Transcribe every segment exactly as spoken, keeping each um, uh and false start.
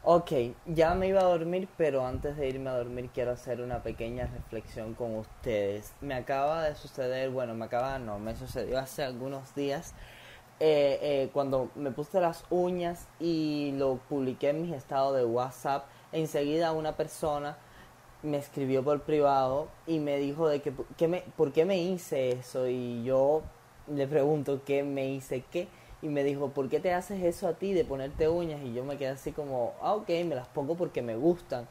Ok, ya me iba a dormir, pero antes de irme a dormir quiero hacer una pequeña reflexión con ustedes. Me acaba de suceder, bueno, me acaba, no, me sucedió hace algunos días, eh, eh, cuando me puse las uñas y lo publiqué en mis estados de WhatsApp. Enseguida una persona me escribió por privado y me dijo de que, que me, por qué me hice eso, y yo le pregunto qué me hice qué, y me dijo, ¿por qué te haces eso a ti de ponerte uñas? Y yo me quedé así como, ah, ok, me las pongo porque me gustan.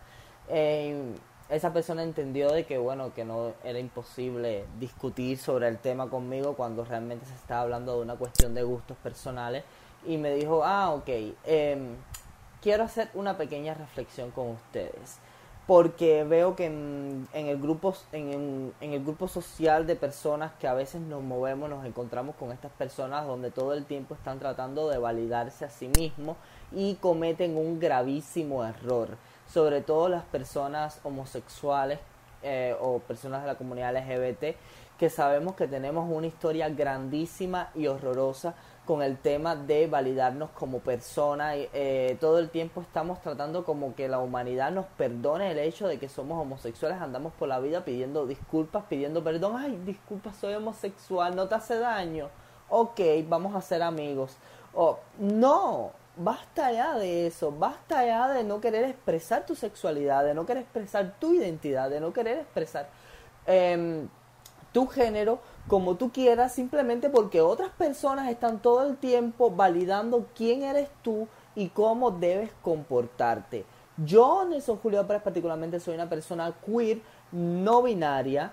Eh, Esa persona entendió de que, bueno, que no era imposible discutir sobre el tema conmigo cuando realmente se estaba hablando de una cuestión de gustos personales, y me dijo, ah, ok, eh, quiero hacer una pequeña reflexión con ustedes, porque veo que en, en el grupo en, en, en el grupo social de personas que a veces nos movemos, nos encontramos con estas personas donde todo el tiempo están tratando de validarse a sí mismos y cometen un gravísimo error, sobre todo las personas homosexuales, eh, o personas de la comunidad L G B T, que sabemos que tenemos una historia grandísima y horrorosa con el tema de validarnos como persona. Eh, todo el tiempo estamos tratando como que la humanidad nos perdone el hecho de que somos homosexuales. Andamos por la vida pidiendo disculpas, pidiendo perdón. Ay, disculpa, soy homosexual, no te hace daño. Ok, vamos a ser amigos. Oh, no, basta ya de eso. Basta ya de no querer expresar tu sexualidad, de no querer expresar tu identidad, de no querer expresar eh, tu género como tú quieras, simplemente porque otras personas están todo el tiempo validando quién eres tú y cómo debes comportarte. Yo, Nelson Julio Pérez, particularmente soy una persona queer, no binaria.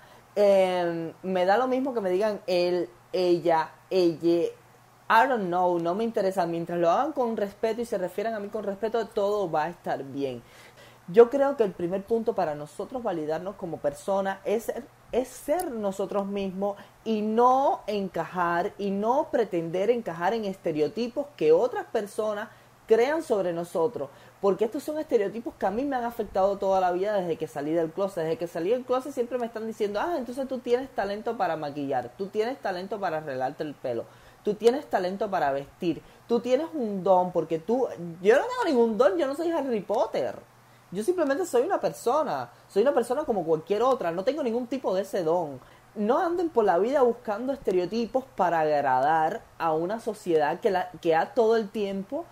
Eh, me da lo mismo que me digan él, ella, ella. I don't know, no me interesa. Mientras lo hagan con respeto y se refieran a mí con respeto, todo va a estar bien. Yo creo que el primer punto para nosotros validarnos como persona es ser, es ser nosotros mismos, y no encajar y no pretender encajar en estereotipos que otras personas crean sobre nosotros, porque estos son estereotipos que a mí me han afectado toda la vida desde que salí del closet. Desde que salí del closet siempre me están diciendo, ah, entonces tú tienes talento para maquillar, tú tienes talento para arreglarte el pelo, tú tienes talento para vestir, tú tienes un don, porque tú, yo no tengo ningún don, yo no soy Harry Potter. Yo simplemente soy una persona, soy una persona como cualquier otra, no tengo ningún tipo de ese don. No anden por la vida buscando estereotipos para agradar a una sociedad que, la, que ha todo el tiempo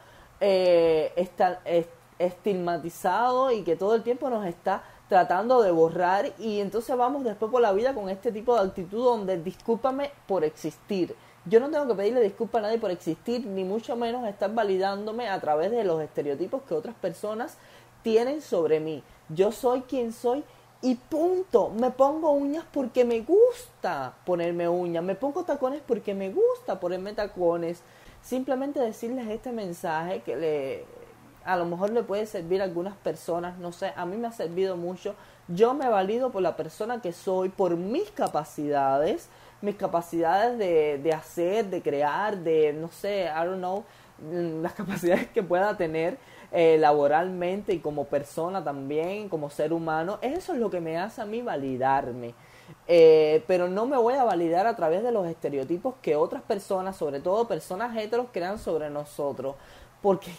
eh, está, es, estigmatizado, y que todo el tiempo nos está tratando de borrar, y entonces vamos después por la vida con este tipo de actitud donde discúlpame por existir. Yo no tengo que pedirle disculpas a nadie por existir, ni mucho menos estar validándome a través de los estereotipos que otras personas tienen sobre mí. Yo soy quien soy y punto. Me pongo uñas porque me gusta ponerme uñas, me pongo tacones porque me gusta ponerme tacones. Simplemente decirles este mensaje que le, a lo mejor le puede servir a algunas personas, no sé, a mí me ha servido mucho. Yo me valido por la persona que soy, por mis capacidades, mis capacidades de, de hacer, de crear, de, no sé, I don't know, las capacidades que pueda tener eh, laboralmente y como persona también, como ser humano. Eso es lo que me hace a mí validarme. Eh, pero no me voy a validar a través de los estereotipos que otras personas, sobre todo personas heteros, crean sobre nosotros. Porque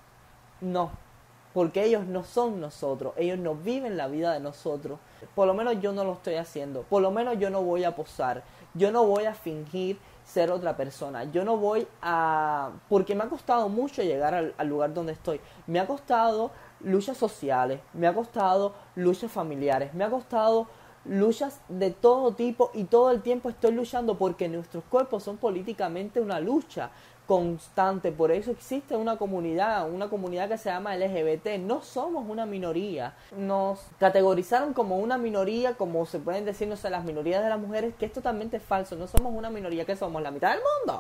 no, porque ellos no son nosotros, ellos no viven la vida de nosotros. Por lo menos yo no lo estoy haciendo, por lo menos yo no voy a posar, yo no voy a fingir ser otra persona, yo no voy a... porque me ha costado mucho llegar al, al lugar donde estoy, me ha costado luchas sociales, me ha costado luchas familiares, me ha costado luchas de todo tipo, y todo el tiempo estoy luchando porque nuestros cuerpos son políticamente una lucha constante. Por eso existe una comunidad, una comunidad que se llama L G B T. No somos una minoría. Nos categorizaron como una minoría, como se pueden decir, no sé, las minorías de las mujeres, que es totalmente falso. No somos una minoría, que somos la mitad del mundo.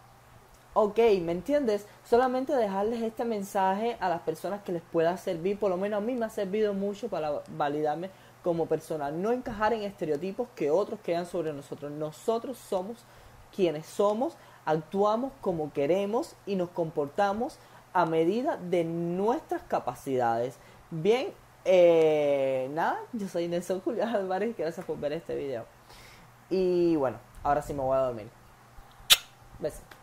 Ok, ¿me entiendes? Solamente dejarles este mensaje a las personas que les pueda servir. Por lo menos a mí me ha servido mucho para validarme como persona. No encajar en estereotipos que otros crean sobre nosotros. Nosotros somos quienes somos, actuamos como queremos y nos comportamos a medida de nuestras capacidades. Bien, eh, nada, yo soy Nelson Julio Álvarez, gracias por ver este video. Y bueno, ahora sí me voy a dormir. Besos.